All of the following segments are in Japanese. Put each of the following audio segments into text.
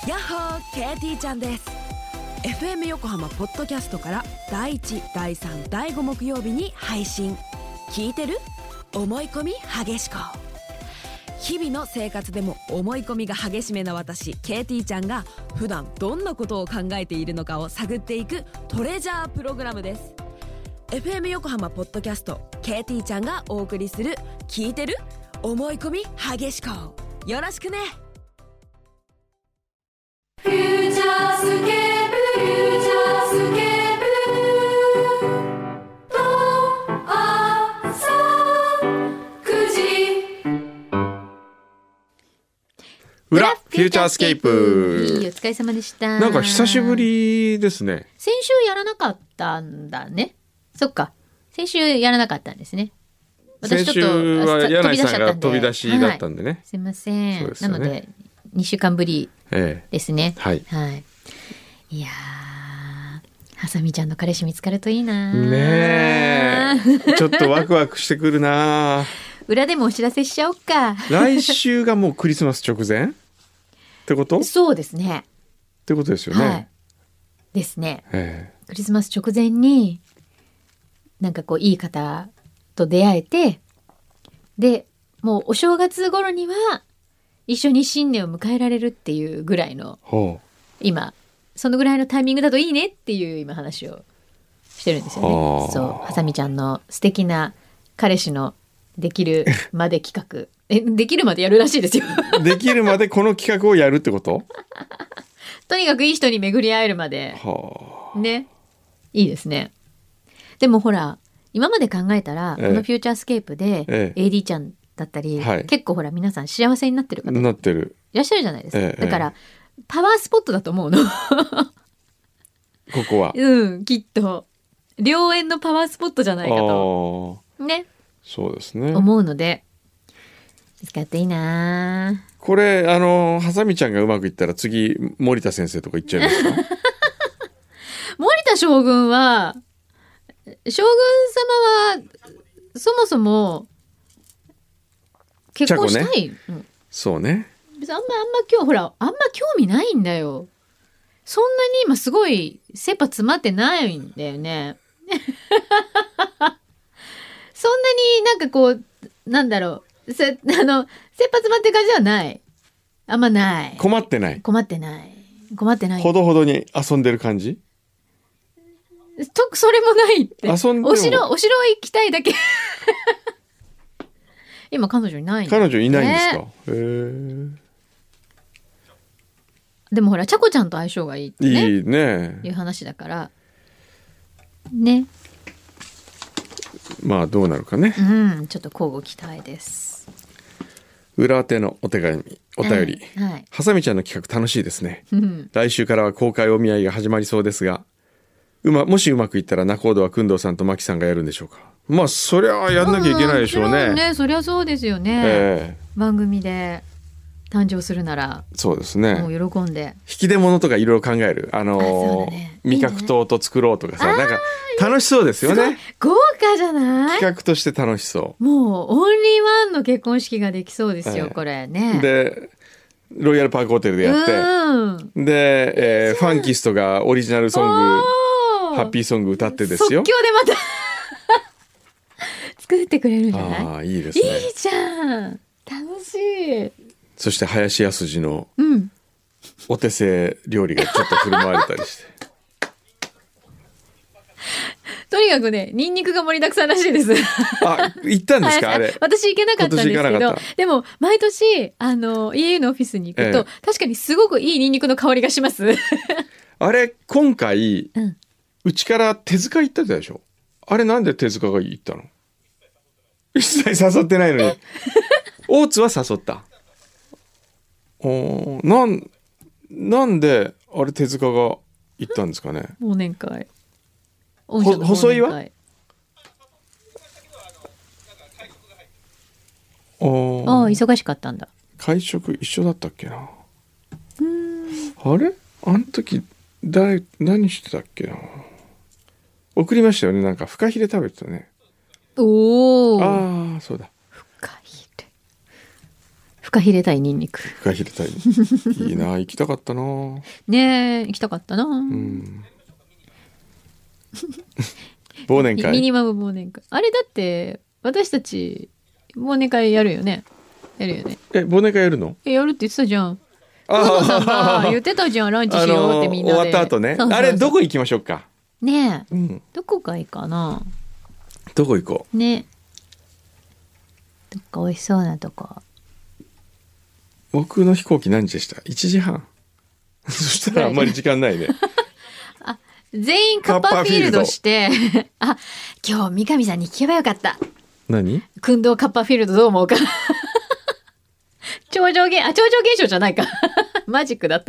やっほー、KT ちゃんです。 FM 横浜ポッドキャストから第1、第3、第5木曜日に配信。聞いてる？思い込み激しこ。日々の生活でも思い込みが激しめな私 KT ちゃんが普段どんなことを考えているのかを探っていくトレジャープログラムです。 FM 横浜ポッドキャスト KT ちゃんがお送りする聞いてる？思い込み激しこ。よろしくね。 フューチャースケープ、フューチャースケープと朝9時裏フューチャースケープ。 いいお疲れ様でした。 なんか久しぶりですね。 先週やらなかったんだね。そっか、先週やらなかったんですね。 先週は柳井さんが飛び出しだったんでね、はい、 すいません、 そうですよね、 なので2週間ぶりですね、 はいはい、いやー、はさみちゃんの彼氏見つかるといいなねえちょっとワクワクしてくるな裏でもお知らせしちゃおっか。 来週がもうクリスマス直前ってことそうですねってことですよね、 はい、ですね、クリスマス直前になんかこういい方と出会えて、でもうお正月頃には一緒に新年を迎えられるっていうぐらいの、今そのぐらいのタイミングだといいねっていう今話をしてるんですよね。そう、はさみちゃんの素敵な彼氏のできるまで企画できるまでやるらしいですよできるまでこの企画をやるってこととにかくいい人に巡り会えるまで、ね、いいですね。でもほら今まで考えたら、このフューチャースケープで、AD ちゃんだったり、結構ほら皆さん幸せになってる方いらっしゃるじゃないですか、だからパワースポットだと思うのここはきっと良縁のパワースポットじゃないかとね、 そうですね、 思うので使っていいな。 これはさみちゃんがうまくいったら次森田先生とか行っちゃいますか森田将軍は将軍様はそもそも結婚したい、 そうね、 別にあんま今日ほらあんま興味ないんだよ。そんなに今すごい切羽詰まってないんだよねそんなになんかこうなんだろう、切羽詰まってる感じではない。あんまない。 困ってない困ってない困ってない。 ほどほどに遊んでる感じ。 それもないって。 遊んでもお城行きたいだけ今彼女いないんだ。 彼女いないんですか、へー。 でもほらちゃこちゃんと相性がいいってね、 いいね、 いう話だからね。 まあどうなるかね、 ちょっと交互期待です。 裏手のお手紙お便り、はさみちゃんの企画楽しいですね、来週からは公開お見合いが始まりそうですが、もしうまくいったら仲人は工藤さんと牧さんがやるんでしょうか。まあそりゃやんなきゃいけないでしょうね、 そりゃそうですよね、番組で誕生するならそうですね、 もう喜んで引き出物とかいろいろ考える味覚糖と作ろうとかさ、なんか楽しそうですよね。 豪華じゃない？ 企画として楽しそう。 もうオンリーワンの結婚式ができそうですよ、これね。 でロイヤルパークホテルでやって、で、ファンキストがオリジナルソングハッピーソング歌ってですよ、 即興でまた作ってくれるんじゃない？ ああいいですね、 いいじゃん、楽しい。 そして林康二のお手製料理がちょっと振る舞われたりしてとにかくね、ニンニクが盛りだくさんらしいですあ、行ったんですかあれ。 私行けなかったんですけど、でも毎年EA のオフィスに行くと、確かにすごくいいニンニクの香りがしますあれ今回、うちから手塚行ったでしょ。あれなんで手塚が行ったの？一切誘ってないのに大津は誘った。なんであれ手塚が行ったんですかね。 忘年会。 細いは忙しかったんだ。 会食一緒だったっけな。あれあの時何してたっけな。送りましたよね。なんかフカヒレ食べてたね。 おお。 ああそうだ。 フカヒレ。 フカヒレ対ニンニク。 フカヒレ対いいな、行きたかったな。 ねえ、行きたかったな。 忘年会。 ミニマム忘年会。あれだって私たち忘年会やるよね。やるよね。 忘年会やるの？ やるって言ってたじゃん。そうさんが言ってたじゃん、ランチしようってみんなで。 終わった後ね。 そうそうそう、 あれどこ行きましょうか。 ねえ、どこがいいかな。 どこ行こうね。どっか美味しそうなとこ。 僕の飛行機何時でした？ 1 時半。そしたらあんまり時間ないね。 全員カッパーフィールドしてあ、今日三上さんに聞けばよかった。 何？ 訓導カッパーフィールドどう思うか。超常現象じゃないか。マジックだった。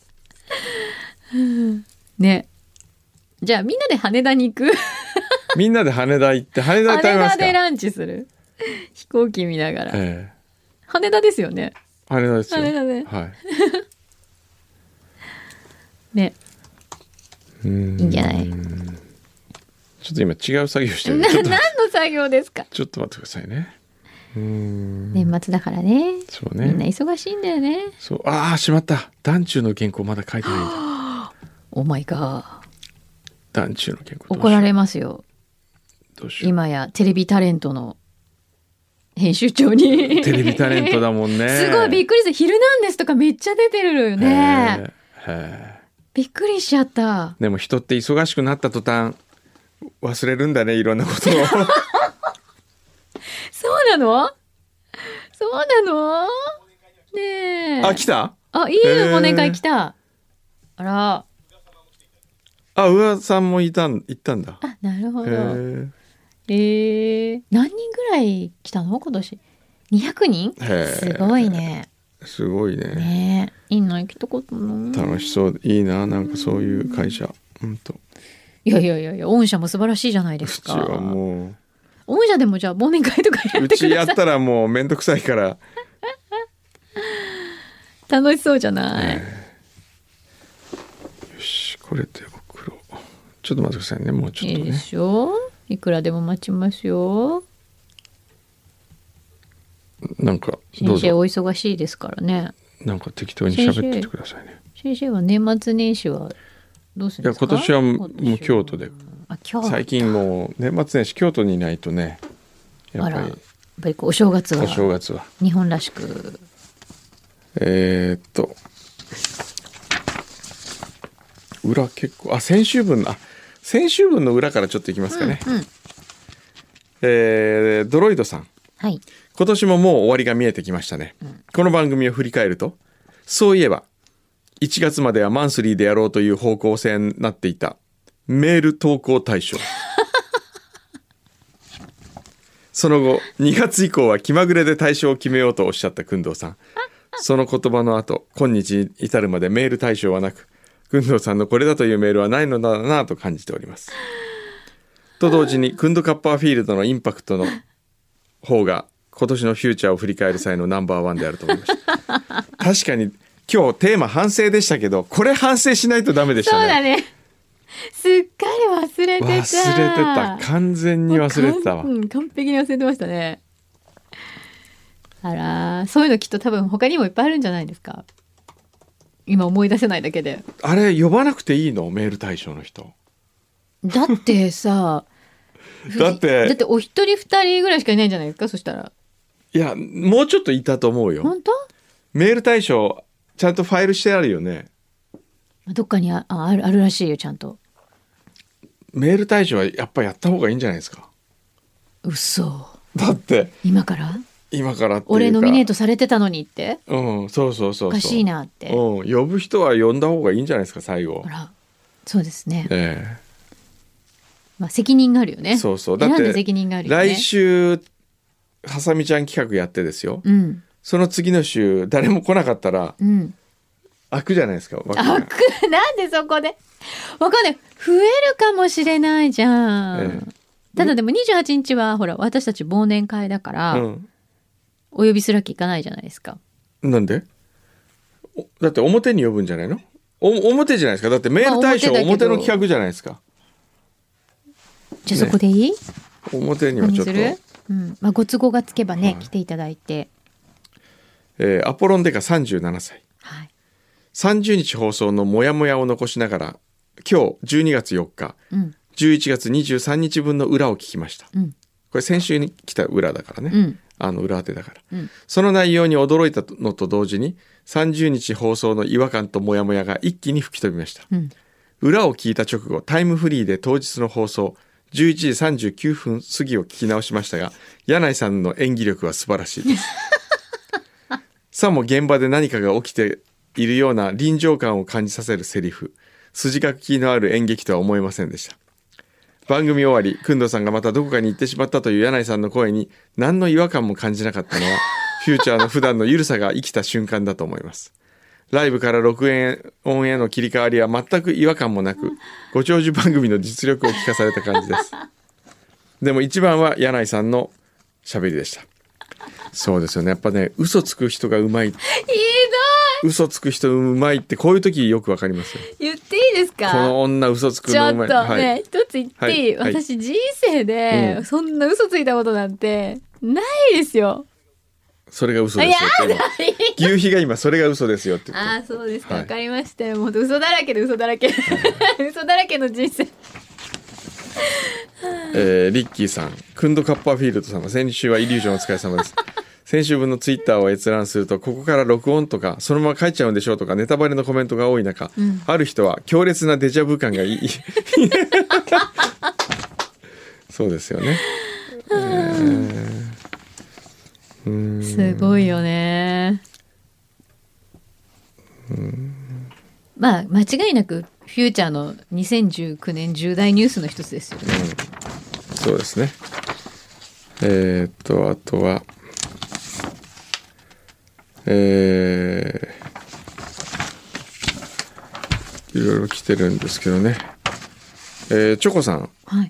ね。じゃあみんなで羽田に行く。 みんなで羽田行って羽田で食べますか。 羽田でランチする。飛行機見ながら。羽田ですよね。 羽田ですよ。 羽田で。 はい。 ね。いいんじゃない。 ちょっと今違う作業してる。 何の作業ですか。 ちょっと待ってくださいね。 年末だからね。 そうね。 みんな忙しいんだよね。 そう、ああ、しまった。団中の原稿まだ書いてないんだ。 オーマイガー。 団中の原稿。 怒られますよ。 どうしよう。 今やテレビタレントの編集長に。 テレビタレントだもんね。 すごいびっくりした。ヒルナンデスとかめっちゃ出てるよね。びっくりしちゃった。 でも人って忙しくなった途端忘れるんだね、いろんなことを。 そうなの？そうなの？ねえ。 あ、来た？ あ、いいよ、忘年会来た。あら。 あ、うわさんも行ったんだ。 あ、なるほど。何人ぐらい来たの今年？200人？すごいね。 すごいね。 ねえ、いいな、行きたことない。 楽しそう、いいな、なんかそういう会社。 いや、御社も素晴らしいじゃないですか。 うちはもう。 御社でもじゃあ忘年会とかやってください。 うちやったらもうめんどくさいから。 楽しそうじゃない。 よし、これで送ろう。ちょっと待ってくださいね、もうちょっとね。 いいでしょ。いくらでも待ちますよ。 なんか先生お忙しいですからね。 なんか適当に喋っててくださいね。 先生は年末年始はどうするんですか？ いや、今年はもう京都で。最近もう年末年始京都にいないとね。やっぱりお正月は日本らしく。 裏結構先週分の裏からちょっといきますかね。ドロイドさん。 はい。 今年ももう終わりが見えてきましたね。この番組を振り返ると、そういえば1月まではマンスリーでやろうという方向性になっていたメール投稿対象。その後2月以降は気まぐれで対象を決めようとおっしゃった工藤さん。その言葉の後、今日に至るまでメール対象はなく、工藤さんのこれだというメールはないのだなと感じております。と同時にクンドカッパーフィールドのインパクトの方が今年のフューチャーを振り返る際のナンバーワンであると思いました。確かに今日テーマ反省でしたけど、これ反省しないとダメでしたね。 そうだね。すっかり忘れてた。 完全に忘れてたわ。 完璧に忘れてましたね。あら、そういうのきっと多分他にもいっぱいあるんじゃないですか。今思い出せないだけで。あれ呼ばなくていいの？メール対象の人。 だってさだってお一人二人ぐらいしかいないんじゃないですか。そしたらいや、もうちょっといたと思うよ。 本当？ メール対象ちゃんとファイルしてあるよね。 どっかにあるらしいよ、ちゃんと。 メール対象はやっぱやった方がいいんじゃないですか。 嘘。 だって今からっていうか、俺ノミネートされてたのにって。 そうおかしいなって。 呼ぶ人は呼んだ方がいいんじゃないですか、最後。 ほら、そうですね。まあ責任があるよね。 そうだって選んで責任があるよね。 来週ハサミちゃん企画やってですよ。その次の週誰も来なかったら、開くじゃないですか。 開く。なんでそこでわかんない。増えるかもしれないじゃん。ただでも28日はほら私たち忘年会だから、お呼びするわけいかないじゃないですか。 なんで？だって表に呼ぶんじゃないの？表じゃないですか。だってメール対象表の企画じゃないですか。 じゃあそこでいい？ 表にはちょっと。 ご都合がつけばね、来ていただいて。 アポロンデカ37歳、 はい、 30日放送のモヤモヤを残しながら今日12月4日、11月23日分の裏を聞きました、これ先週に来た裏だからね、裏当てだから、その内容に驚いたのと同時に30日放送の違和感とモヤモヤが一気に吹き飛びました、裏を聞いた直後タイムフリーで当日の放送11時39分過ぎを聞き直しましたが、柳井さんの演技力は素晴らしいですさも現場で何かが起きているような臨場感を感じさせるセリフ、筋書きのある演劇とは思えませんでした。番組終わり、工藤さんがまたどこかに行ってしまったという柳井さんの声に何の違和感も感じなかったのはフューチャーの普段の緩さが生きた瞬間だと思います。ライブから録音への切り替わりは全く違和感もなく、ご長寿番組の実力を聞かされた感じですでも一番は柳井さんの喋りでした。そうですよね、やっぱね、嘘つく人がうまい、嘘つく人うまいってこういう時よくわかりますよ。 言っていいですか？ この女嘘つくのうまい。 ちょっとね、一つ言っていい？ はい、 私人生でそんな嘘ついたことなんてないですよ。 それが嘘ですよ。牛皮が今それが嘘ですよって言って。 ああ、そうですか、わかりましたよ。もう嘘だらけで嘘だらけ嘘だらけの人生リッキーさん、クンドカッパーフィールド様、先週はイリュージョンお疲れ様です先週分のツイッターを閲覧すると、ここから録音とかそのまま書いちゃうんでしょうとかネタバレのコメントが多い中、ある人は強烈なデジャブ感がいいそうですよね、 すごいよね。まあ間違いなくフューチャーの2019年重大ニュースの一つですよね、 そうですね。あとはいろいろ来てるんですけどね、チョコさん、 はい、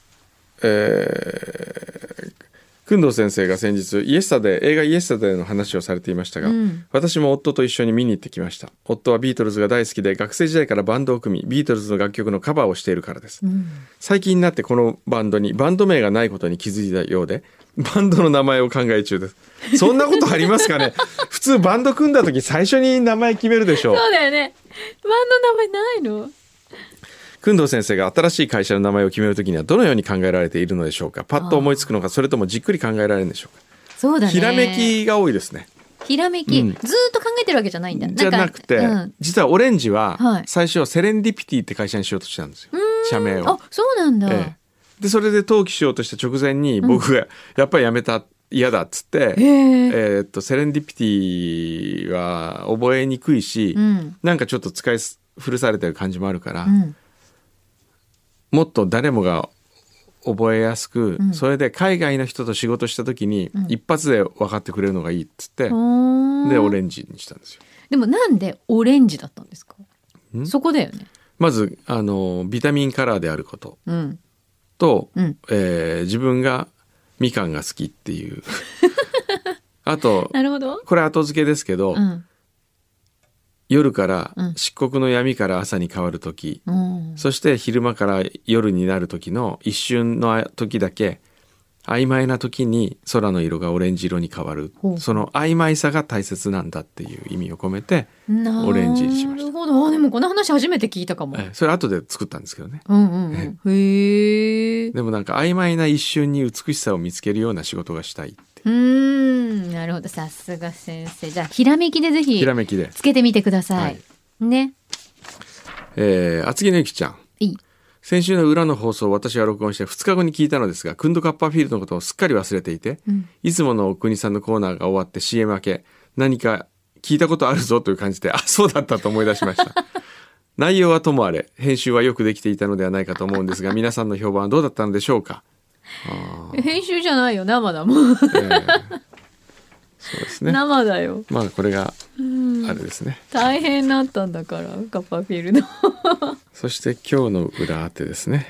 工藤先生が先日映画イエスタデーの話をされていましたが、私も夫と一緒に見に行ってきました。夫はビートルズが大好きで、学生時代からバンドを組み、ビートルズの楽曲のカバーをしているからです、最近になってこのバンドにバンド名がないことに気づいたようで、バンドの名前を考え中です。そんなことありますかね普通バンド組んだ時最初に名前決めるでしょう。 そうだよね。バンド名前ないの？ 工藤先生が新しい会社の名前を決めるときにはどのように考えられているのでしょうか。パッと思いつくのか、それともじっくり考えられるんでしょうか。 そうだね、 ひらめきが多いですね。 ひらめき、ずっと考えてるわけじゃないんだ。 じゃなくて、実はオレンジは最初セレンディピティって会社にしようとしたんですよ、社名を。 あ、そうなんだ、 でそれで登記しようとした直前に僕がやっぱりやめた、嫌だっつって、セレンディピティは覚えにくいし、なんかちょっと使い古されてる感じもあるから、もっと誰もが覚えやすく、それで海外の人と仕事した時に一発で分かってくれるのがいいっつって、でオレンジにしたんですよ。 でもなんでオレンジだったんですか？そこだよね。 まずビタミンカラーであることと、自分がみかんが好きっていうあと、 なるほど、 これ後付けですけど、夜から漆黒の闇から朝に変わる時、そして昼間から夜になる時の一瞬の時だけ曖昧な時に空の色がオレンジ色に変わる、その曖昧さが大切なんだっていう意味を込めてオレンジにしました。 なるほど。でもこの話初めて聞いたかも。 それ後で作ったんですけどね、 へえ。 でもなんか曖昧な一瞬に美しさを見つけるような仕事がしたいって。 なるほど、さすが先生。じゃあひらめきでぜひつけてみてください、ね。 厚木のゆきちゃん、先週の裏の放送を私は録音して2日後に聞いたのですが、クンドカッパーフィールドのことをすっかり忘れていて、いつものお国さんのコーナーが終わって CM 明け、何か聞いたことあるぞという感じで、あ、そうだったと思い出しました内容はともあれ編集はよくできていたのではないかと思うんですが、皆さんの評判はどうだったのでしょうか。 編集じゃないよ、生だもんそうですね、 生だよ。 まあこれがあれですね、 大変だったんだからカッパーフィールドそして今日の裏当てですね、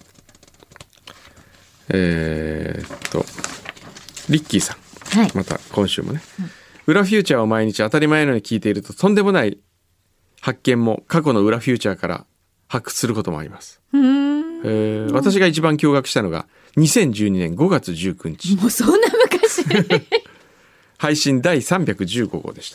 リッキーさん、また今週もね、裏フューチャーを毎日当たり前のように聞いていると、とんでもない発見も過去の裏フューチャーから発掘することもあります。私が一番驚愕したのが2012年5月19日。 もうそんな昔配信第315号でした。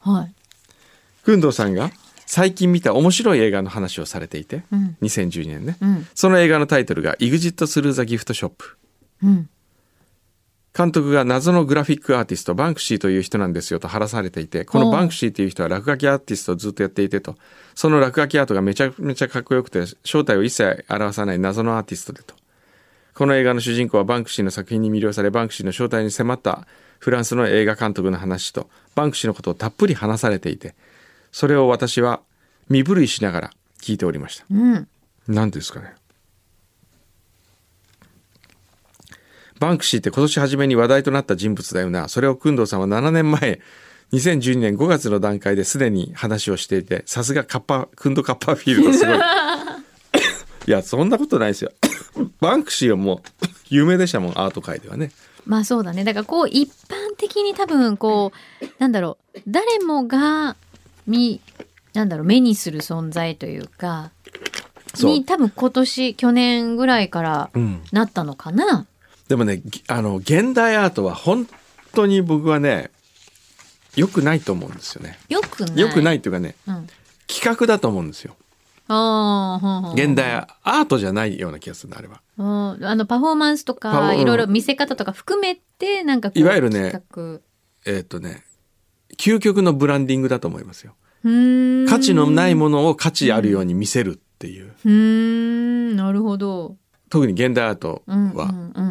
はい。 工藤さんが最近見た面白い映画の話をされていて、2012年ね、その映画のタイトルが EXIT through the gift shop、監督が謎のグラフィックアーティストバンクシーという人なんですよと話されていて、このバンクシーという人は落書きアーティストをずっとやっていてと、その落書きアートがめちゃめちゃかっこよくて正体を一切表さない謎のアーティストでと、この映画の主人公はバンクシーの作品に魅了されバンクシーの正体に迫ったフランスの映画監督の話とバンクシーのことをたっぷり話されていて、それを私は身震いしながら聞いておりました。何ですかね、バンクシーって今年初めに話題となった人物だよな。それを工藤さんは7年前2012年5月の段階ですでに話をしていて、さすがクンドカッパーフィールドすごいいやそんなことないですよバンクシーはもう有名でしたもん、アート界ではね。 まあそうだね。だからこう一般的に多分こうなんだろう、誰もが目にする存在というかに多分去年ぐらいからなったのかな。 でもね、現代アートは本当に僕はね良くないと思うんですよね。良くないっていうかね、企画だと思うんですよ。現代アートじゃないような気がするな、あれは。 パフォーマンスとかいろいろ見せ方とか含めてなんかこういわゆるね究極のブランディングだと思いますよ。価値のないものを価値あるように見せるっていう。 なるほど。 特に現代アートは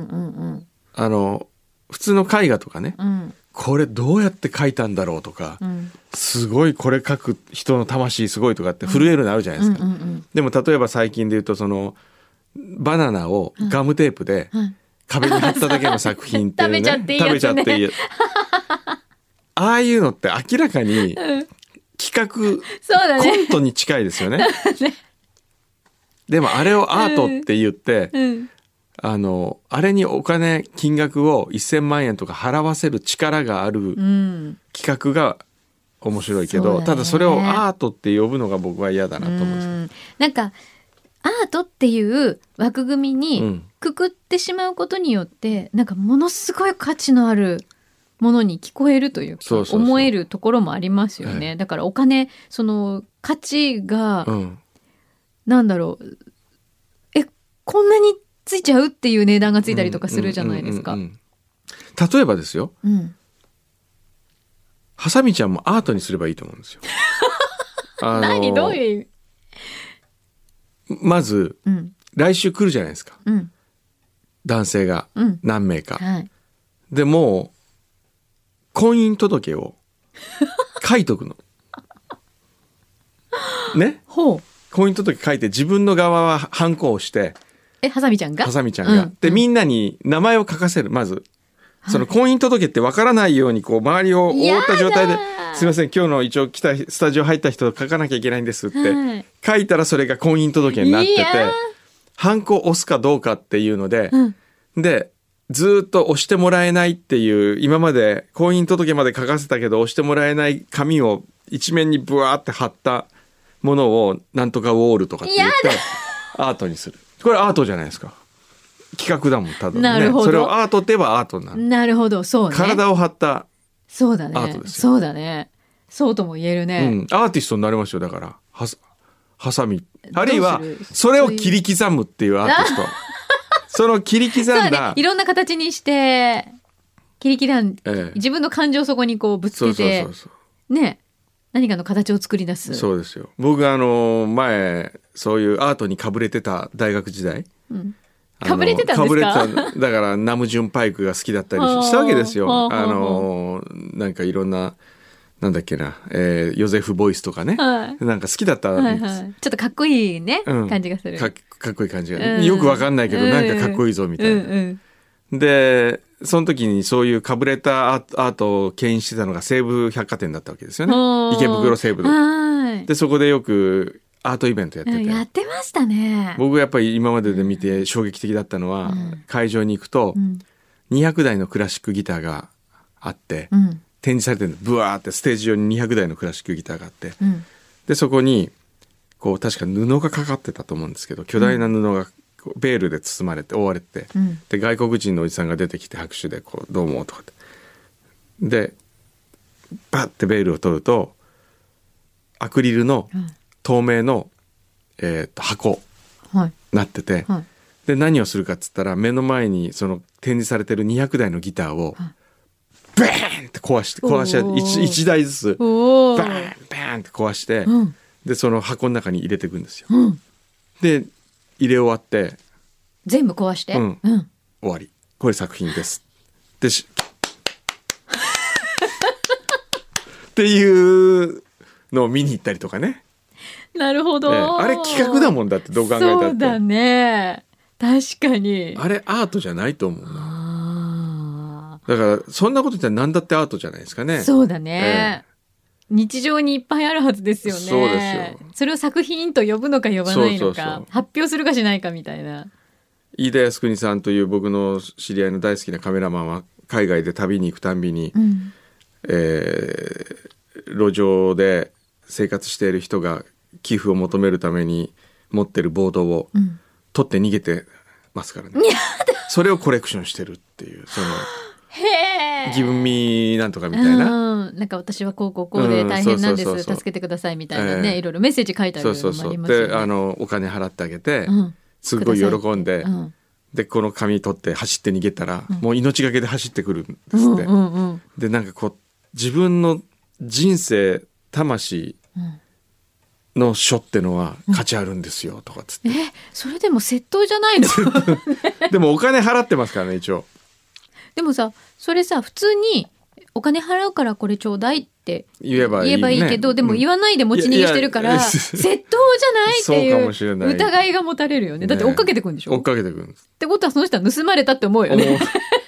普通の絵画とかね、これどうやって描いたんだろうとか、すごいこれ描く人の魂すごいとかって震えるのあるじゃないですか。でも例えば最近で言うとそのバナナをガムテープで壁に貼っただけの作品っていうね、 食べちゃっていいやつね。 ああいうのって明らかに企画、コントに近いですよね。でもあれをアートって言って、あれに金額を1000万円とか払わせる力がある企画が面白いけど、ただそれをアートって呼ぶのが僕は嫌だなと思うんです。 なんかアートっていう枠組みにくくってしまうことによって、なんかものすごい価値のあるものに聞こえるというか思えるところもありますよね。だからその価値が、なんだろう、こんなについちゃうっていう値段がついたりとかするじゃないですか。 例えばですよ、ハサミちゃんもアートにすればいいと思うんですよ。 どういう意味？ まず、来週来るじゃないですか、男性が何名か、でも婚姻届を書いとくのね。婚姻届書いて自分の側はハンコをして、 ハサミちゃんがでみんなに名前を書かせる。まずその婚姻届ってわからないようにこう周りを覆った状態で、すいません今日の一応スタジオ入った人書かなきゃいけないんですって、書いたらそれが婚姻届になってて、ハンコを押すかどうかっていうので、でずっと押してもらえないっていう、今まで婚姻届まで書かせたけど押してもらえない紙を一面にブワーって貼ったものをなんとかウォールとかって言ってアートにする。これアートじゃないですか。企画だもん、ただね。 なるほど。 それをアートって言えばアートになる。 なるほど、そうね。 体を張ったそうだね。 アートですよ。 そうだね。そうとも言えるね。 アーティストになりますよ。だからハサミ、あるいはそれを切り刻むっていうアーティスト。その切り刻んだ、 いろんな形にして切り刻ん、自分の感情をそこにこうぶつけて、ね、何かの形を作り出す。 そうですよ。僕前そういうアートにかぶれてた大学時代、 かぶれてたんですか？ だからナムジュンパイクが好きだったりしたわけですよ。なんかいろんな、なんだっけな、ヨゼフ・ボイスとかね、なんか好きだったんです。 ちょっとかっこいいね、感じがする。 かっこいい感じが、よくわかんないけど、なんかかっこいいぞみたいな。でその時にそういうかぶれたアートを牽引してたのが西武百貨店だったわけですよね。池袋西武でそこでよくアートイベントやってましたね。 僕がやっぱり今までで見て衝撃的だったのは、会場に行くと、200台のクラシックギターがあって、展示されてるの。ブワーってステージ上に200台のクラシックギターがあって、でそこにこう確か布がかかってたと思うんですけど、巨大な布がベールで包まれて覆われて、で外国人のおじさんが出てきて拍手でこうどうもとかってでバッてベールを取るとアクリルの透明の、箱はいなってて、 はいで何をするかっつったら目の前にその展示されてる200台のギターをバーンって壊しておー 1台ずつおーバーンバーンって壊して、 うんでその箱の中に入れていくんですよ。 うんで入れ終わって全部壊して、 うんうん終わり、これ作品ですでっていうのを見に行ったりとかね、 なるほど、 あれ企画だもんだってどう考えたってそうだね確かにあれアートじゃないと思うな。 あだからそんなこと言ったら何だってアートじゃないですかね。 そうだね、日常にいっぱいあるはずですよね。 そうですよ。 それを作品と呼ぶのか呼ばないのか、 そうそうそう発表するかしないかみたいな。 飯田康邦さんという僕の知り合いの大好きなカメラマンは海外で旅に行くたんびに、 うん路上で生活している人が寄付を求めるために持ってるボードをうん取って逃げてますからね。それをコレクションしてるっていうそのへギブミーなんとかみたいな、 なんか私はこうで大変なんです、 そうそうそうそう助けてくださいみたいなね、いろいろメッセージ書いてあるのもありますよね。 でお金払ってあげて、 うんすごい喜んで、 うんでこの紙取って走って逃げたら、もう命がけで走ってくるんですうんって、 うんうんでなんかこう自分の人生魂の書ってのは価値あるんですよとかつって、 それでも窃盗じゃないのでもお金払ってますからね一応。 でもさそれさ普通にお金払うからこれちょうだいって言えばいいねけど、でも言わないで持ち逃げしてるから、 いや窃盗じゃないってそうかもしいうれない疑いが持たれるよね。だって追っかけてくんでしょ、 追っかけてくるんですってことはその人は盗まれたって思うよね。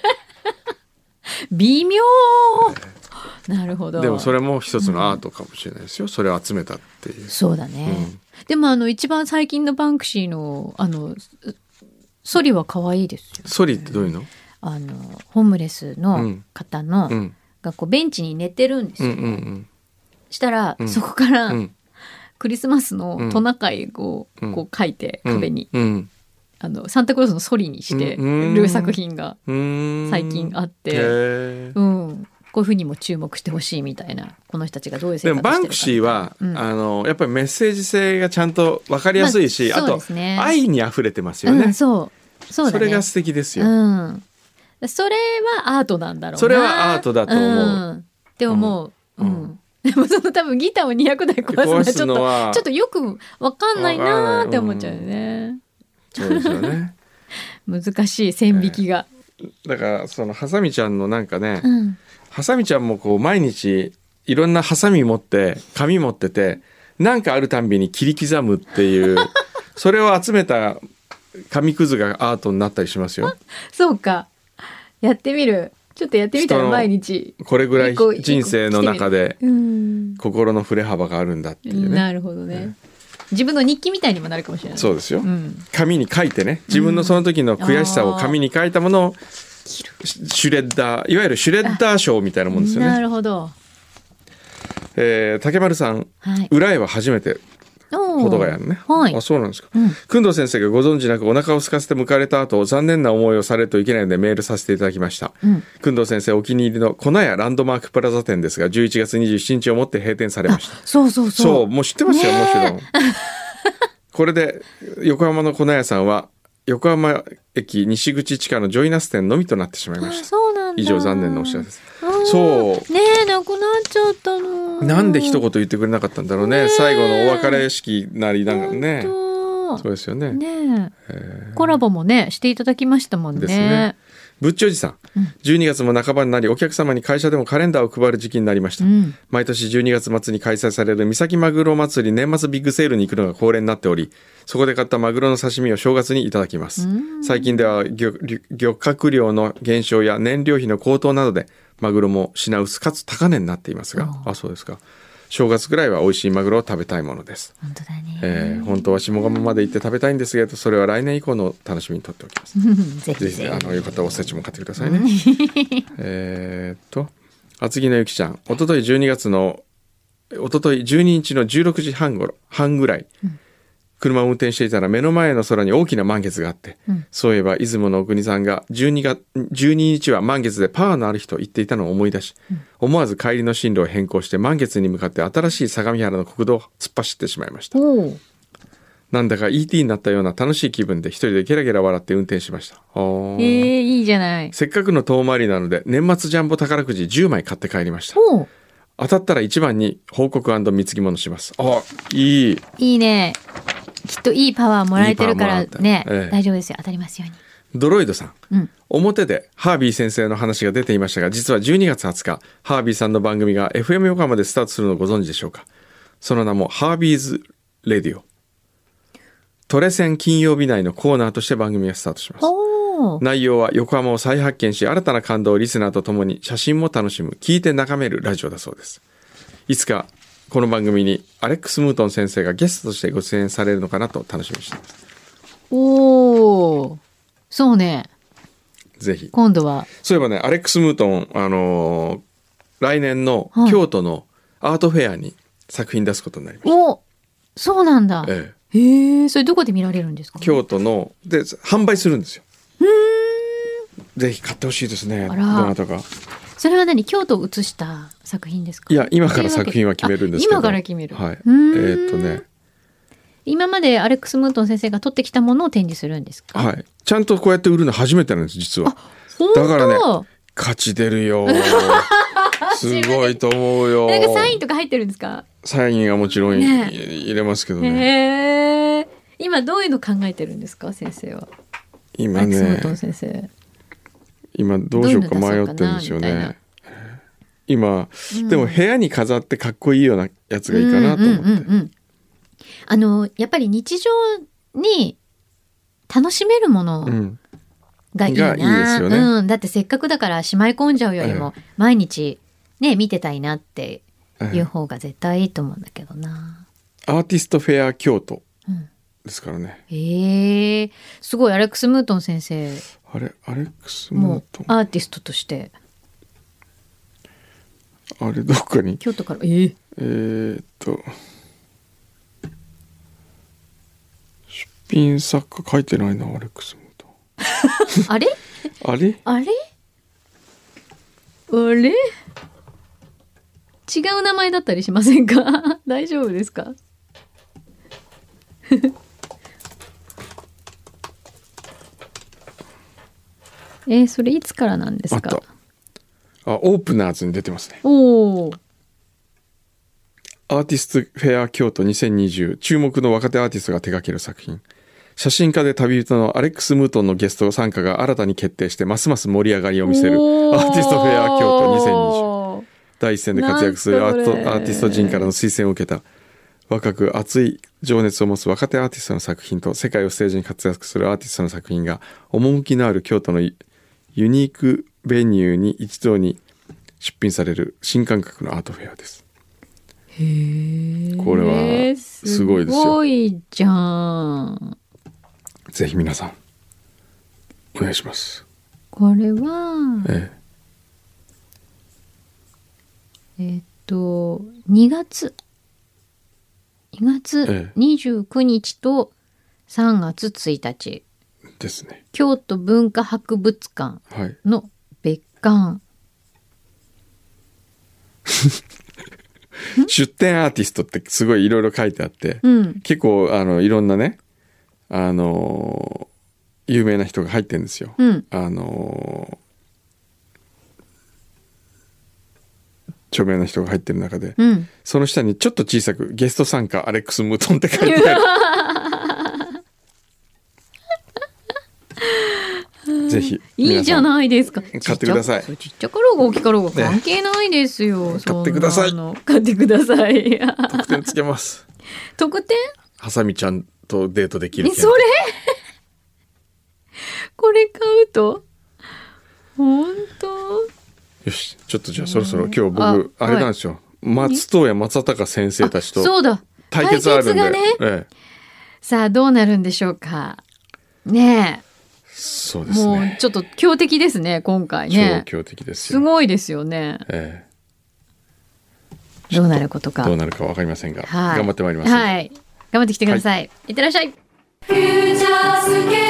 微妙なるほど。 でもそれも一つのアートかもしれないですよ、それを集めたっていう。 そうだね、でも一番最近のバンクシーのソリは可愛いですよ。 ソリってどういうの？ ホームレスの方の、 うんがこうベンチに寝てるんですよ、 うんうんしたら、 うんそこから、 うんクリスマスのトナカイをうんこう描いてうん壁に、 うんサンタクロースのソリにしてる作品がうん最近あって、 へーこういうふうにも注目してほしいみたいな、この人たちがどういう生で活してるかもバンクシーは、 うんやっぱりメッセージ性がちゃんと分かりやすいし、 まああとそうですね愛にあふれてますよね、 そうだね。 それが素敵ですよ、 それはアートなんだろうな。 それはアートだと思う、 って思う。 うんでもその多分ギターを200台壊すのは壊すのはちょっとよくわかんないなーって思っちゃうよね。 そうですよね難しい線引きが。 だからそのハサミちゃんのなんかね、 うんハサミちゃんもこう毎日いろんなハサミ持って紙持っててなんかあるたんびに切り刻むっていうそれを集めた紙くずがアートになったりしますよ。 そうか。やってみる。ちょっとやってみたら人の毎日。 これぐらい一個人生の中でうん。 心の振れ幅があるんだっていうね。 なるほどね。自分の日記みたいにもなるかもしれない。 そうですよ、 ん。 紙に書いてね、自分のその時の悔しさを紙に書いたものをシュレッダー、いわゆるシュレッダーショーみたいなもんですよなね。 るほど。 竹丸さん、 はい。 裏絵は初めておー保土ヶ谷のね、 はいあ、そうなんですか。 うん工藤先生がご存知なくお腹を空かせて迎えられた後残念な思いをされるといけないのでメールさせていただきました、 うん工藤先生お気に入りの粉屋ランドマークプラザ店ですが11月27日をもって閉店されました。 そうそうそう。 そうもう知ってますよ、 ねもちろんこれで横浜の粉屋さんは横浜駅西口地下のジョイナス店のみとなってしまいました。 そうなんだ。 以上残念なお知らせです。 うんそうねえ、なくなっちゃったの。 なんで一言言ってくれなかったんだろうね、 ねえ最後のお別れ式なりなんかね。 本当そうですよね。 ねえ、コラボもねしていただきましたもんね。 ですね。ぶっちおじさん、12月も半ばになりお客様に会社でもカレンダーを配る時期になりました、 うん毎年12月末に開催される三崎マグロ祭り年末ビッグセールに行くのが恒例になっており、そこで買ったマグロの刺身を正月にいただきます。最近では漁獲量の減少や燃料費の高騰などでマグロも品薄かつ高値になっていますが、あ、そうですか。正月ぐらいは美味しいマグロを食べたいものです。 本当だね。 本当は下鴨まで行って食べたいんですけど、それは来年以降の楽しみにとっておきます。 ぜひぜひよかったらおせちも買ってくださいね。厚木のゆきちゃん、おととい12日の16時半ぐらい、 車を運転していたら目の前の空に大きな満月があって、そういえば出雲の国さんが12日は満月でパワーのある日と言っていたのを思い出し、思わず帰りの進路を変更して満月に向かって新しい相模原の国道を突っ走ってしまいました。なんだか ET になったような楽しい気分で一人でゲラゲラ笑って運転しました。 いいじゃない。 せっかくの遠回りなので年末ジャンボ宝くじ10枚買って帰りました。当たったら1番に報告&貢ぎ物します。いいね。きっといいパワーもらえてるからね、大丈夫ですよ。当たりますように。 ドロイドさん、表でハービー先生の話が出ていましたが、実は12月20日ハービーさんの番組が FM 横浜でスタートするのをご存知でしょうか。その名もハービーズレディオ。トレセン金曜日内のコーナーとして番組がスタートします。内容は横浜を再発見し、新たな感動をリスナーと共に写真も楽しむ、聞いて眺めるラジオだそうです。いつかこの番組にアレックス・ムートン先生がゲストとしてご出演されるのかなと楽しみにしています。 そうね。 ぜひ。 今度は。 そういえばね、アレックス・ムートン、来年の京都のアートフェアに作品出すことになりました。 そうなんだ。それどこで見られるんですか？ 京都ので販売するんですよ。ぜひ買ってほしいですね。どなたか。 それは何？京都を映した作品ですか？ いや、今から作品は決めるんですけど。 今から決める。 はい。 今までアレックス・ムートン先生が撮ってきたものを展示するんですか？ はい。ちゃんとこうやって売るの初めてなんです、実は。だからね、価値出るよ。すごいと思うよ。 なんかサインとか入ってるんですか？ サインはもちろん入れますけどね。 今どういうの考えてるんですか、先生は？ 今ね、 アレックス・ムートン先生。 今どうしようか迷ってるんですよね。今、でも部屋に飾ってかっこいいようなやつがいいかなと思って。 やっぱり日常に楽しめるものがいいな。 いいですよね。 だってせっかくだからしまい込んじゃうよりも毎日ね見てたいなっていう方が絶対いいと思うんだけどな。 アーティストフェア京都ですからね。 すごい。アレックス・ムートン先生。 アレックス・ムートン。 アーティストとして。 あれどっかに。 京都から。 出品作家書いてないな、アレックス・ムートン。 あれ違う名前だったりしませんか？大丈夫ですか？それいつからなんですか？ オープナーズに出てますね。アーティストフェア京都2020、注目の若手アーティストが手掛ける作品。写真家で旅人のアレックス・ムートンのゲスト参加が新たに決定して、ますます盛り上がりを見せるアーティストフェア京都2020。第一線で活躍するアーティスト陣からの推薦を受けた、若く熱い情熱を持つ若手アーティストの作品と、世界をステージに活躍するアーティストの作品が趣のある京都のユニークベニューに一堂に出品される新感覚のアートフェアです。これはすごいですよ。 すごいじゃん。 ぜひ皆さんお願いします。 これは2月29日と3月1日ですね。 京都文化博物館の別館、 出展アーティストってすごいいろいろ書いてあって、結構いろんなね有名な人が入ってるんですよ。著名な人が入ってる中で、その下にちょっと小さくゲスト参加アレックス・ムートンって書いてある。ぜひいいじゃないですか。 買ってください。 ちっちゃかろうが大きかろうが関係ないですよ。 買ってください。 買ってください。 特典つけます。 特典？ ハサミちゃんとデートできる。 それこれ買うと本当？ よし、ちょっとじゃあそろそろ今日僕あれなんですよ。松任谷正隆先生たちと対決あるんで。 さあどうなるんでしょうか。ねえ。 そうですね。 もうちょっと強敵ですね今回ね。 超強敵ですよ。 すごいですよね。どうなることか。 どうなるかわかりませんが、頑張ってまいります。 はい。 頑張ってきてください。いってらっしゃい。 フューチャースケープ